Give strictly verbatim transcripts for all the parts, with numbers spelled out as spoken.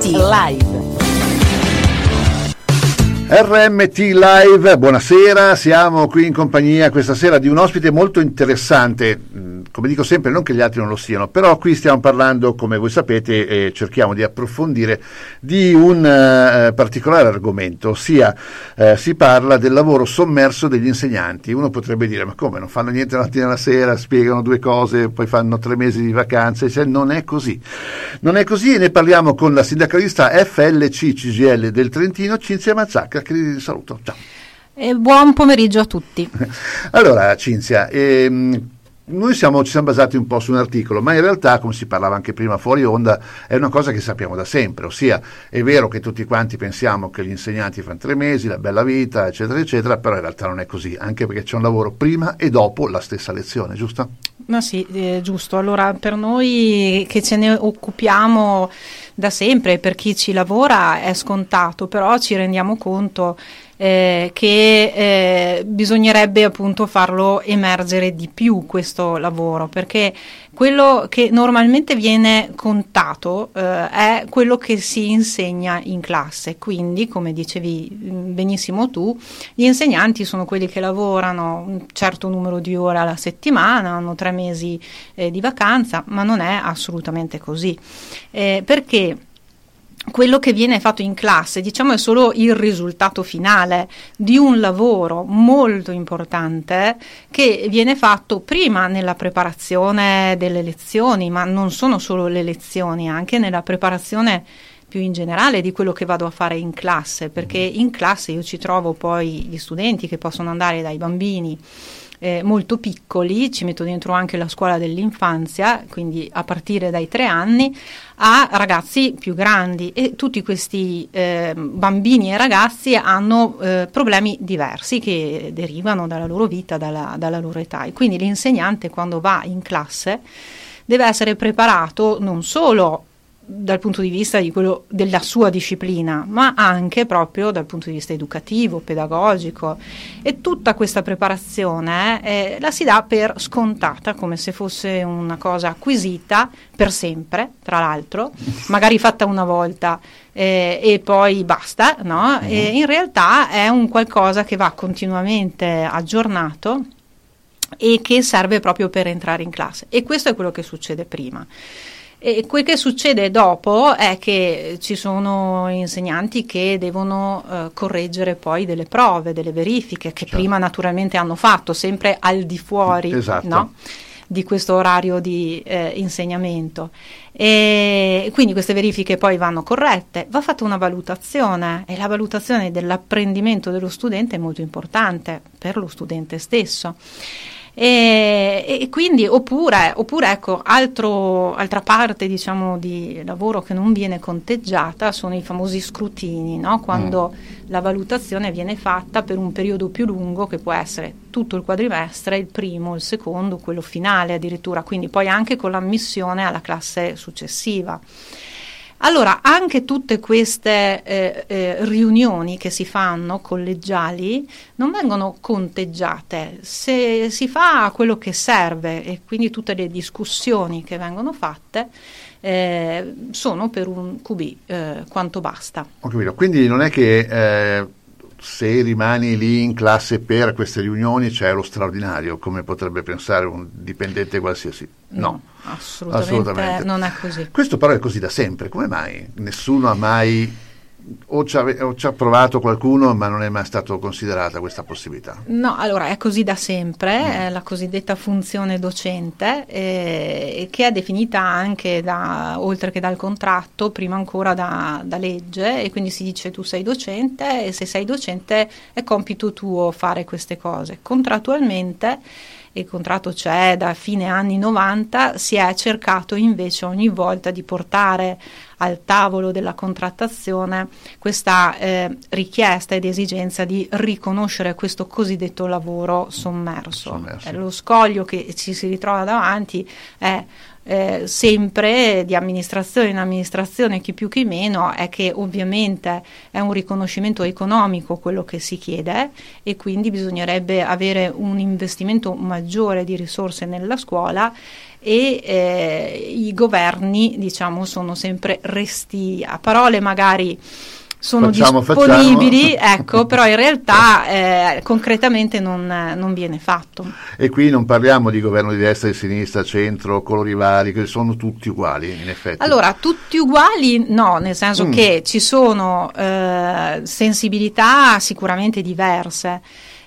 Live. R M T Live, buonasera, siamo qui in compagnia questa sera di un ospite molto interessante, come dico sempre, non che gli altri non lo siano, però qui stiamo parlando, come voi sapete, e cerchiamo di approfondire di un uh, particolare argomento, ossia uh, si parla del lavoro sommerso degli insegnanti. Uno potrebbe dire, ma come, non fanno niente la mattina e la sera, spiegano due cose, poi fanno tre mesi di vacanze, cioè, non è così. Non è così e ne parliamo con la sindacalista F L C C G I L del Trentino, Cinzia Mazzacca, che vi saluto. Ciao. E buon pomeriggio a tutti. Allora, Cinzia, ehm, noi siamo, ci siamo basati un po' su un articolo, ma in realtà, come si parlava anche prima fuori onda, è una cosa che sappiamo da sempre, ossia è vero che tutti quanti pensiamo che gli insegnanti fanno tre mesi, la bella vita, eccetera, eccetera, però in realtà non è così, anche perché c'è un lavoro prima e dopo la stessa lezione, giusto? No, sì, eh, giusto. Allora, per noi che ce ne occupiamo da sempre, per chi ci lavora è scontato, però ci rendiamo conto Eh, che eh, bisognerebbe appunto farlo emergere di più questo lavoro, perché quello che normalmente viene contato eh, è quello che si insegna in classe, quindi come dicevi benissimo tu, gli insegnanti sono quelli che lavorano un certo numero di ore alla settimana, hanno tre mesi eh, di vacanza, ma non è assolutamente così, eh, perché quello che viene fatto in classe, diciamo, è solo il risultato finale di un lavoro molto importante che viene fatto prima nella preparazione delle lezioni, ma non sono solo le lezioni, anche nella preparazione più in generale di quello che vado a fare in classe, perché in classe io ci trovo poi gli studenti che possono andare dai bambini Eh, molto piccoli, ci metto dentro anche la scuola dell'infanzia, quindi a partire dai tre anni, a ragazzi più grandi, e tutti questi eh, bambini e ragazzi hanno eh, problemi diversi che derivano dalla loro vita, dalla, dalla loro età, e quindi l'insegnante quando va in classe deve essere preparato non solo dal punto di vista di quello della sua disciplina, ma anche proprio dal punto di vista educativo, pedagogico, e tutta questa preparazione eh, la si dà per scontata, come se fosse una cosa acquisita per sempre, tra l'altro, magari fatta una volta eh, e poi basta, no? Mm-hmm. E in realtà è un qualcosa che va continuamente aggiornato e che serve proprio per entrare in classe, e questo è quello che succede prima. E quel che succede dopo è che ci sono insegnanti che devono eh, correggere poi delle prove, delle verifiche che certo. prima naturalmente hanno fatto, sempre al di fuori esatto. no? di questo orario di eh, insegnamento. E quindi queste verifiche poi vanno corrette, va fatta una valutazione, e la valutazione dell'apprendimento dello studente è molto importante per lo studente stesso. E, e quindi oppure, oppure ecco altro, altra parte diciamo di lavoro che non viene conteggiata sono i famosi scrutini, no? Quando mm. la valutazione viene fatta per un periodo più lungo, che può essere tutto il quadrimestre, il primo, il secondo, quello finale addirittura, quindi poi anche con l'ammissione alla classe successiva. Allora, anche tutte queste eh, eh, riunioni che si fanno collegiali non vengono conteggiate, se si fa quello che serve, e quindi tutte le discussioni che vengono fatte eh, sono per un Q B, eh, quanto basta. Ho capito, quindi non è che eh, se rimani lì in classe per queste riunioni c'è lo straordinario, come potrebbe pensare un dipendente qualsiasi. No, no assolutamente, assolutamente non è così. Questo però è così da sempre, come mai? Nessuno ha mai, o ci ha, o ci ha provato qualcuno, ma non è mai stato considerata questa possibilità? No, allora è così da sempre, mm. è la cosiddetta funzione docente, eh, che è definita anche da, oltre che dal contratto, prima ancora da, da legge, e quindi si dice tu sei docente, e se sei docente è compito tuo fare queste cose. Contrattualmente, il contratto c'è da fine anni novanta, si è cercato invece ogni volta di portare al tavolo della contrattazione questa eh, richiesta ed esigenza di riconoscere questo cosiddetto lavoro sommerso. sommerso. Eh, lo scoglio che ci si ritrova davanti è eh, sempre di amministrazione in amministrazione, chi più chi meno, è che ovviamente è un riconoscimento economico quello che si chiede e quindi bisognerebbe avere un investimento maggiore di risorse nella scuola e eh, i governi, diciamo, sono sempre resti a parole, magari sono facciamo, disponibili, facciamo. Ecco, però in realtà eh, concretamente non, non viene fatto. E qui non parliamo di governo di destra, di sinistra, centro, colori vari, che sono tutti uguali in effetti. Allora, tutti uguali no, nel senso mm. che ci sono eh, sensibilità sicuramente diverse.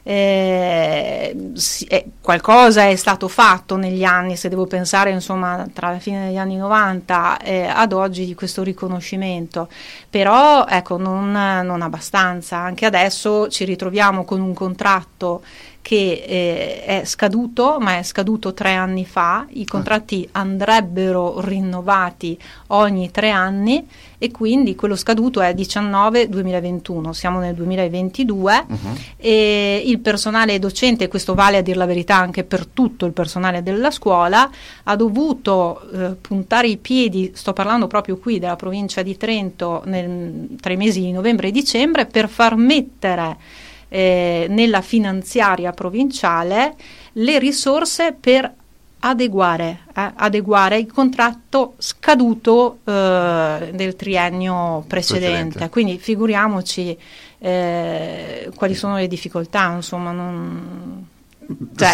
Eh, eh, qualcosa è stato fatto negli anni, se devo pensare insomma tra la fine degli anni novanta eh, ad oggi, di questo riconoscimento, però ecco non, non abbastanza. Anche adesso ci ritroviamo con un contratto che eh, è scaduto, ma è scaduto tre anni fa. I contratti andrebbero rinnovati ogni tre anni e quindi quello scaduto è diciannove duemilaventuno, siamo nel duemilaventidue uh-huh. e il personale docente, questo vale a dir la verità anche per tutto il personale della scuola, ha dovuto eh, puntare i piedi, sto parlando proprio qui della provincia di Trento, nel, tra i mesi di novembre e dicembre, per far mettere Eh, nella finanziaria provinciale le risorse per adeguare, eh, adeguare il contratto scaduto eh, del triennio precedente. precedente. Quindi figuriamoci eh, quali sono le difficoltà, insomma, non... Cioè.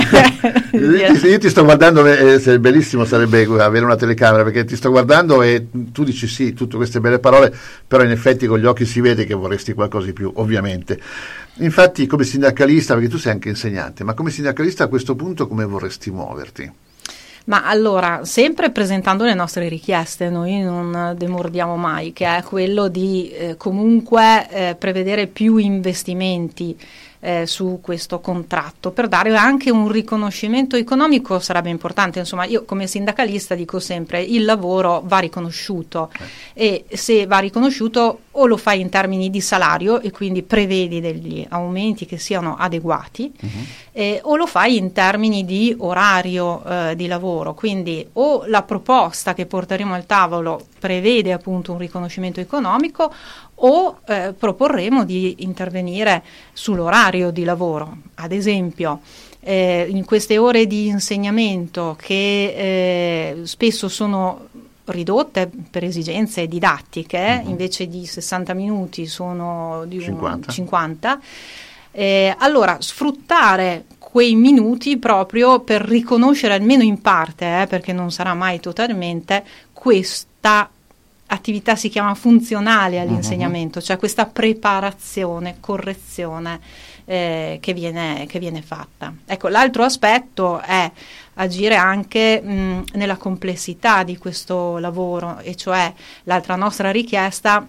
io, io ti sto guardando, eh, bellissimo sarebbe avere una telecamera, perché ti sto guardando e tu dici sì, tutte queste belle parole, però in effetti con gli occhi si vede che vorresti qualcosa di più, ovviamente. Infatti, come sindacalista, perché tu sei anche insegnante, ma come sindacalista a questo punto come vorresti muoverti? Ma allora, sempre presentando le nostre richieste, noi non demordiamo mai, che è quello di eh, comunque eh, prevedere più investimenti eh, su questo contratto, per dare anche un riconoscimento economico. Sarebbe importante, insomma, io come sindacalista dico sempre il lavoro va riconosciuto eh. e se va riconosciuto o lo fai in termini di salario e quindi prevedi degli aumenti che siano adeguati uh-huh. eh, o lo fai in termini di orario eh, di lavoro, quindi o la proposta che porteremo al tavolo prevede appunto un riconoscimento economico o eh, proporremo di intervenire sull'orario di lavoro. Ad esempio eh, in queste ore di insegnamento che eh, spesso sono ridotte per esigenze didattiche, mm-hmm. invece di sessanta minuti sono di cinquanta, cinquanta eh, allora sfruttare quei minuti proprio per riconoscere almeno in parte, eh, perché non sarà mai totalmente, questa attività si chiama funzionale all'insegnamento, uh-huh. cioè questa preparazione, correzione eh, che viene, che viene fatta. Ecco, l'altro aspetto è agire anche mh, nella complessità di questo lavoro, e cioè l'altra nostra richiesta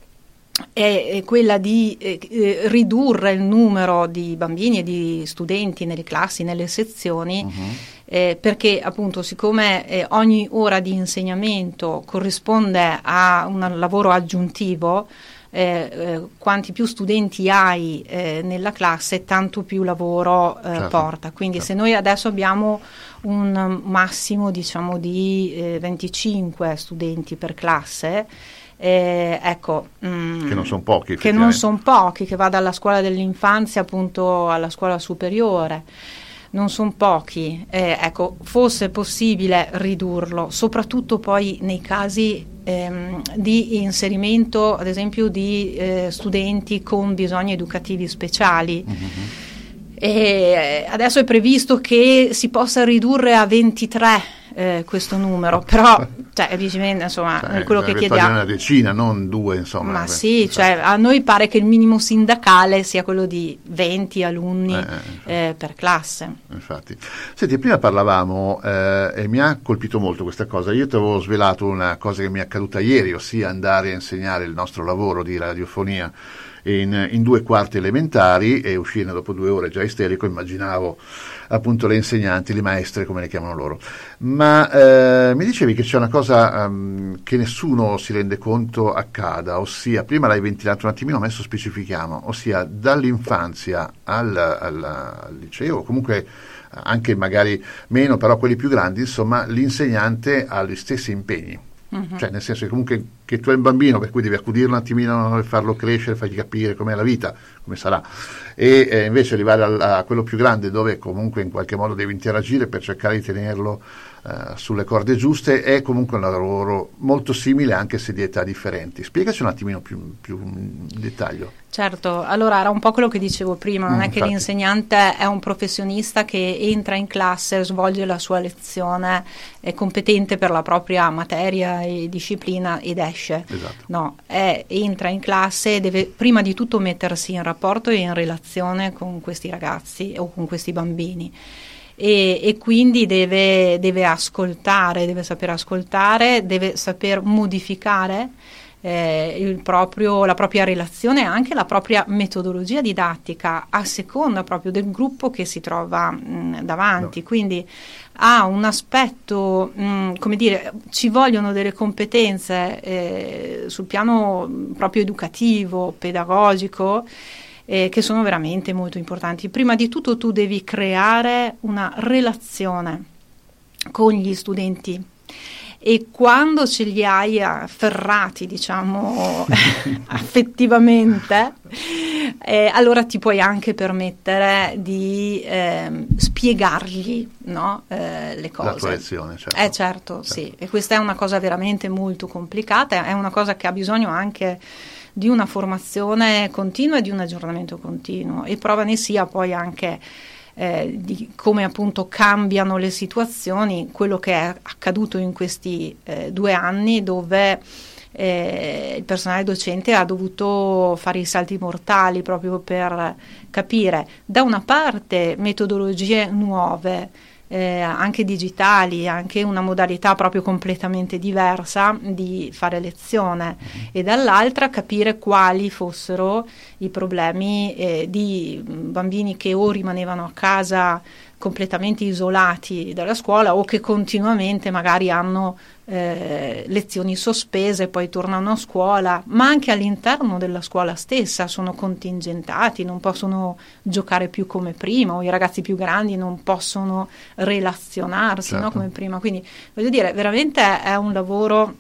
è, è quella di eh, ridurre il numero di bambini e di studenti nelle classi, nelle sezioni, uh-huh. Eh, perché appunto siccome eh, ogni ora di insegnamento corrisponde a un lavoro aggiuntivo, eh, eh, quanti più studenti hai eh, nella classe tanto più lavoro eh, certo, porta, quindi certo. Se noi adesso abbiamo un massimo diciamo di eh, venticinque studenti per classe, Eh, ecco mh, che non sono pochi che non sono pochi, che va dalla scuola dell'infanzia appunto alla scuola superiore, non sono pochi, eh, ecco, fosse possibile ridurlo, soprattutto poi nei casi ehm, di inserimento ad esempio di eh, studenti con bisogni educativi speciali. Mm-hmm. E adesso è previsto che si possa ridurre a ventitré eh, questo numero, però cioè, insomma, cioè, quello che chiediamo una decina, non due, insomma. Ma beh, sì, cioè, a noi pare che il minimo sindacale sia quello di venti alunni eh, eh, per classe. Infatti. Senti, prima parlavamo eh, e mi ha colpito molto questa cosa. Io ti avevo svelato una cosa che mi è accaduta ieri, ossia andare a insegnare il nostro lavoro di radiofonia In, in due quarti elementari e uscire dopo due ore già isterico. Immaginavo appunto le insegnanti, le maestre come le chiamano loro, ma eh, mi dicevi che c'è una cosa um, che nessuno si rende conto accada, ossia, prima l'hai ventilato un attimino, adesso specifichiamo, ossia dall'infanzia al, al, al liceo, comunque anche magari meno, però quelli più grandi, insomma, l'insegnante ha gli stessi impegni. Uh-huh. Cioè, nel senso che comunque che tu hai un bambino, per cui devi accudirlo un attimino, farlo crescere, fargli capire com'è la vita, come sarà, e eh, invece arrivare a, a quello più grande, dove comunque in qualche modo devi interagire per cercare di tenerlo eh, sulle corde giuste, è comunque un lavoro molto simile, anche se di età differenti. Spiegaci un attimino più, più in dettaglio. Certo, allora era un po' quello che dicevo prima, non mm, è che infatti. L'insegnante è un professionista che entra in classe, svolge la sua lezione, è competente per la propria materia e disciplina ed esce. Esatto. No, è, entra in classe e deve prima di tutto mettersi in rapporto e in relazione con questi ragazzi o con questi bambini. E, e quindi deve, deve ascoltare, deve saper ascoltare, deve saper modificare Eh, il proprio, la propria relazione e anche la propria metodologia didattica a seconda proprio del gruppo che si trova mh, davanti. No. Quindi ha un aspetto, mh, come dire, ci vogliono delle competenze eh, sul piano proprio educativo, pedagogico, eh, che sono veramente molto importanti. Prima di tutto tu devi creare una relazione con gli studenti. E quando ce li hai afferrati, diciamo, affettivamente, eh, allora ti puoi anche permettere di eh, spiegargli, no, eh, le cose. La tua lezione, certo. Eh certo, certo, sì. E questa è una cosa veramente molto complicata, è una cosa che ha bisogno anche di una formazione continua e di un aggiornamento continuo. E prova ne sia poi anche Eh, di come appunto cambiano le situazioni, quello che è accaduto in questi eh, due anni dove eh, il personale docente ha dovuto fare i salti mortali proprio per capire da una parte metodologie nuove, eh, anche digitali, anche una modalità proprio completamente diversa di fare lezione e dall'altra capire quali fossero i problemi eh, di bambini che o rimanevano a casa completamente isolati dalla scuola o che continuamente magari hanno eh, lezioni sospese, poi tornano a scuola, ma anche all'interno della scuola stessa sono contingentati, non possono giocare più come prima, o i ragazzi più grandi non possono relazionarsi, certo, no, come prima. Quindi voglio dire, veramente è un lavoro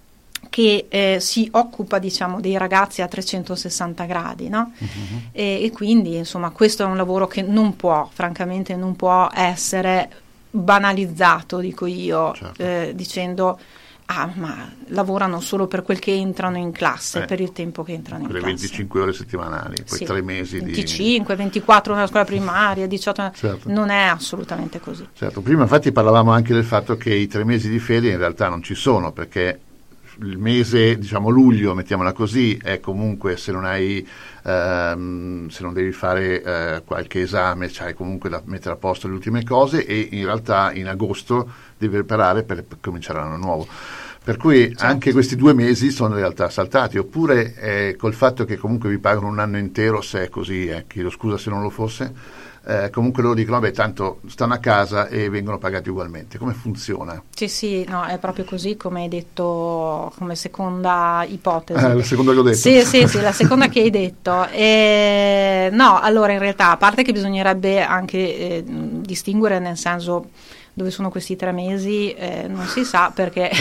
che eh, si occupa, diciamo, dei ragazzi a trecentosessanta gradi, no? Uh-huh. E, e quindi insomma questo è un lavoro che non può, francamente non può essere banalizzato, dico io, certo, eh, dicendo ah ma lavorano solo per quel che entrano in classe, eh, per il tempo che entrano in classe. Le venticinque ore settimanali, poi sì, tre mesi di... venticinque, ventiquattro nella scuola primaria, diciotto, certo, non è assolutamente così. Certo, prima infatti parlavamo anche del fatto che i tre mesi di ferie in realtà non ci sono, perché il mese, diciamo luglio, mettiamola così, è comunque, se non hai ehm, se non devi fare eh, qualche esame, c'hai comunque da mettere a posto le ultime cose, e in realtà in agosto devi preparare per, per cominciare l'anno nuovo. Per cui certo, anche questi due mesi sono in realtà saltati, oppure eh, col fatto che comunque vi pagano un anno intero, se è così, eh, chiedo scusa se non lo fosse, Eh, comunque loro dicono vabbè tanto stanno a casa e vengono pagati ugualmente. Come funziona? Sì sì, no, è proprio così come hai detto, come seconda ipotesi. Eh, la seconda che ho detto. Sì sì sì, la seconda che hai detto. E, no, allora in realtà, a parte che bisognerebbe anche eh, distinguere, nel senso, dove sono questi tre mesi eh, non si sa, perché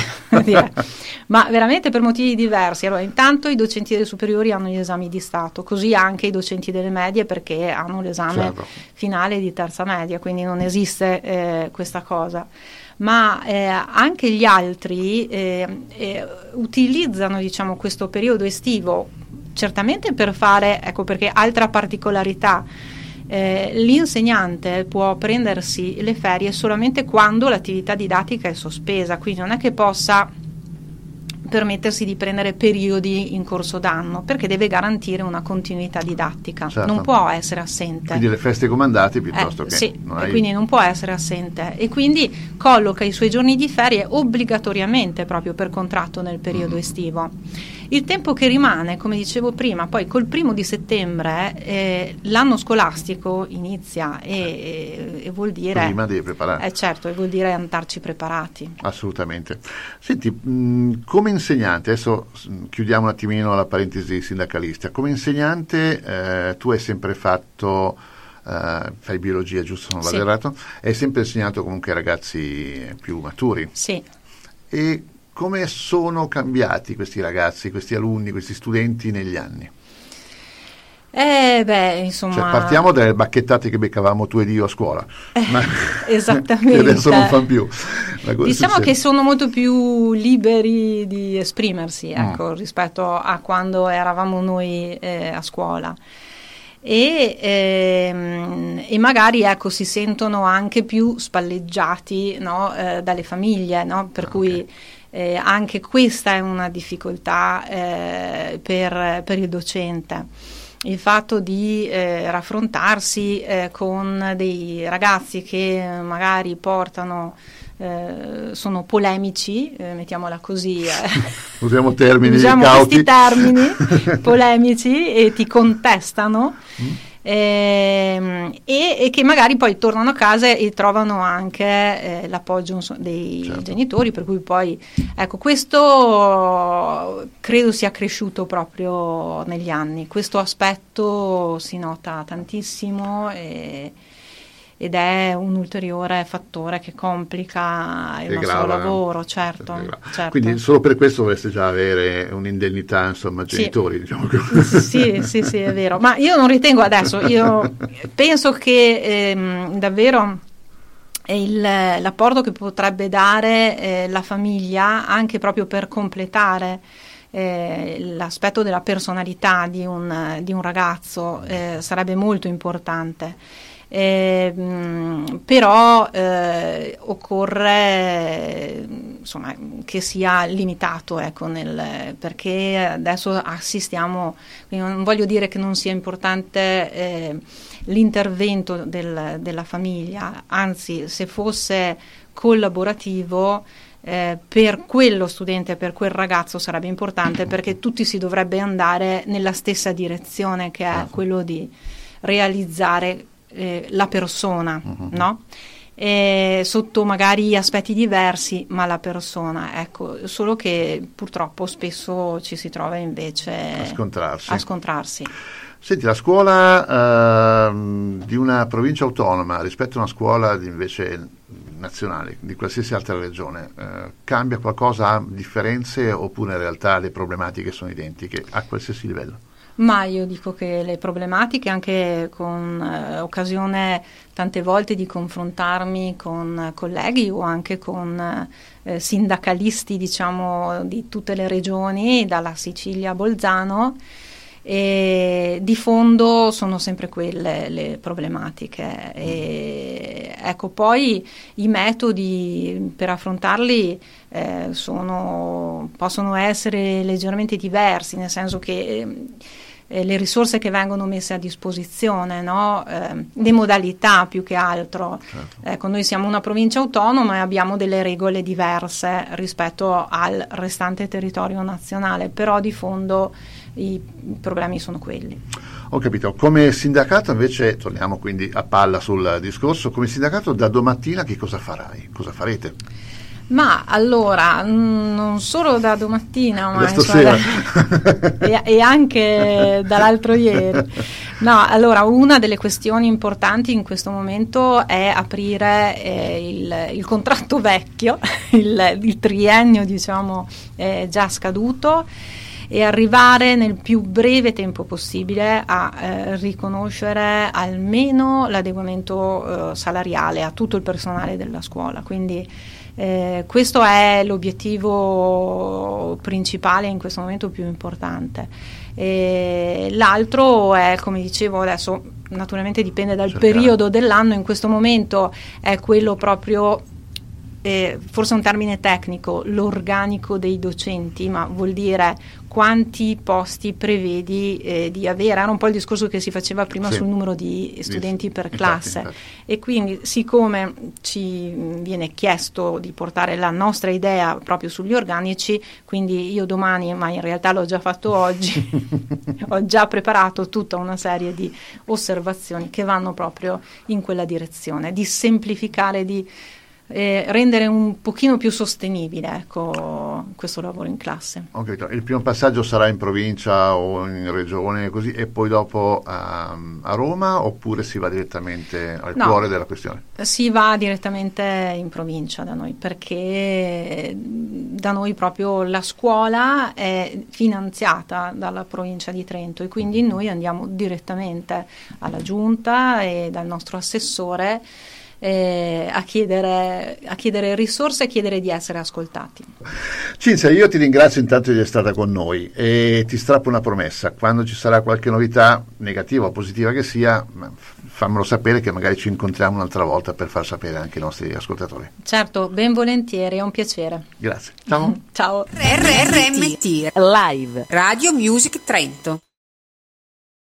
ma veramente per motivi diversi. Allora, intanto i docenti delle superiori hanno gli esami di Stato, così anche i docenti delle medie, perché hanno l'esame certo, finale di terza media, quindi non esiste eh, questa cosa. Ma eh, anche gli altri eh, eh, utilizzano, diciamo, questo periodo estivo certamente per fare, ecco perché altra particolarità, Eh, l'insegnante può prendersi le ferie solamente quando l'attività didattica è sospesa, quindi non è che possa permettersi di prendere periodi in corso d'anno, perché deve garantire una continuità didattica, certo, non può essere assente. Quindi le feste comandate piuttosto eh, che sì, non hai... e quindi non può essere assente, e quindi colloca i suoi giorni di ferie obbligatoriamente proprio per contratto nel periodo mm. estivo. Il tempo che rimane, come dicevo prima, poi col primo di settembre eh, l'anno scolastico inizia e, e, e vuol dire... Prima devi preparare. Eh, certo, e vuol dire andarci preparati. Assolutamente. Senti, mh, come insegnante, adesso chiudiamo un attimino la parentesi sindacalista, come insegnante eh, tu hai sempre fatto uh, fai biologia, giusto? Non vado Sì. errato. Hai sempre insegnato comunque ai ragazzi più maturi. Sì. E come sono cambiati questi ragazzi, questi alunni, questi studenti negli anni? Eh beh, insomma... Cioè, partiamo dalle bacchettate che beccavamo tu ed io a scuola, eh, ma esattamente. che adesso non fanno più. Diciamo che sono molto più liberi di esprimersi, ecco, mm. rispetto a quando eravamo noi eh, a scuola. E, ehm, e magari ecco, si sentono anche più spalleggiati, no, eh, dalle famiglie, no? Per okay. cui eh, anche questa è una difficoltà eh, per, per il docente. Il fatto di eh, raffrontarsi eh, con dei ragazzi che magari portano, eh, sono polemici, eh, mettiamola così, eh. usiamo termini usiamo cauti. questi termini polemici e ti contestano. Mm. E, e che magari poi tornano a casa e trovano anche eh, l'appoggio dei certo. genitori, per cui poi ecco, questo credo sia cresciuto proprio negli anni, questo aspetto si nota tantissimo e, ed è un ulteriore fattore che complica il che nostro grava, lavoro, certo, certo. Quindi solo per questo dovreste già avere un'indennità, insomma, genitori, sì. diciamo così. Sì, sì, sì, è vero. Ma io non ritengo adesso, io penso che ehm, davvero il, l'apporto che potrebbe dare eh, la famiglia, anche proprio per completare eh, l'aspetto della personalità di un, di un ragazzo, eh, sarebbe molto importante. Eh, mh, però eh, occorre insomma che sia limitato, ecco, nel, perché adesso assistiamo, non voglio dire che non sia importante eh, l'intervento del, della famiglia, anzi se fosse collaborativo eh, per quello studente, per quel ragazzo sarebbe importante, perché tutti si dovrebbe andare nella stessa direzione, che è quello di realizzare Eh, la persona, uh-huh. no? Eh, sotto magari aspetti diversi, ma la persona, ecco, solo che purtroppo spesso ci si trova invece a scontrarsi. A scontrarsi. Senti, la scuola uh, di una provincia autonoma rispetto a una scuola di invece nazionale, di qualsiasi altra regione, uh, cambia qualcosa, ha differenze, oppure in realtà le problematiche sono identiche a qualsiasi livello? Ma io dico che le problematiche, anche con eh, occasione tante volte di confrontarmi con colleghi o anche con eh, sindacalisti, diciamo, di tutte le regioni, dalla Sicilia a Bolzano, e di fondo sono sempre quelle le problematiche. E, ecco, poi i metodi per affrontarli eh, sono, possono essere leggermente diversi, nel senso che eh, le risorse che vengono messe a disposizione, no? eh, le modalità più che altro. Certo. Ecco, noi siamo una provincia autonoma e abbiamo delle regole diverse rispetto al restante territorio nazionale, però di fondo i problemi sono quelli. Ho capito. Come sindacato invece, torniamo quindi a palla sul discorso, come sindacato da domattina che cosa farai? Cosa farete? Ma allora, mh, non solo da domattina, ma insomma, da, e, e anche dall'altro ieri. No, allora, una delle questioni importanti in questo momento è aprire eh, il, il contratto vecchio, il, il triennio, diciamo, è già scaduto, e arrivare nel più breve tempo possibile a eh, riconoscere almeno l'adeguamento eh, salariale a tutto il personale della scuola. Quindi eh, questo è l'obiettivo principale, in questo momento più importante. E l'altro è, come dicevo adesso, naturalmente dipende dal Cercare. periodo dell'anno, in questo momento è quello proprio, eh, forse un termine tecnico, l'organico dei docenti, ma vuol dire quanti posti prevedi eh, di avere. Era un po' il discorso che si faceva prima sì. sul numero di studenti sì. per infatti, classe infatti. E quindi, siccome ci viene chiesto di portare la nostra idea proprio sugli organici, quindi io domani, ma in realtà l'ho già fatto oggi, ho già preparato tutta una serie di osservazioni che vanno proprio in quella direzione, di semplificare, di eh, rendere un pochino più sostenibile, ecco, questo lavoro in classe. Okay, il primo passaggio sarà in provincia o in regione così, e poi dopo a, a Roma, oppure si va direttamente al No, cuore della questione? Si va direttamente in provincia da noi, perché da noi proprio la scuola è finanziata dalla provincia di Trento, e quindi noi andiamo direttamente alla giunta e dal nostro assessore Eh, a chiedere, a chiedere risorse e chiedere di essere ascoltati. Cinzia, io ti ringrazio intanto di essere stata con noi e ti strappo una promessa: quando ci sarà qualche novità, negativa o positiva che sia, fammelo sapere, che magari ci incontriamo un'altra volta per far sapere anche ai nostri ascoltatori. Certo, ben volentieri, è un piacere. Grazie. Ciao. Ciao. R R M T Live Radio Music Trento.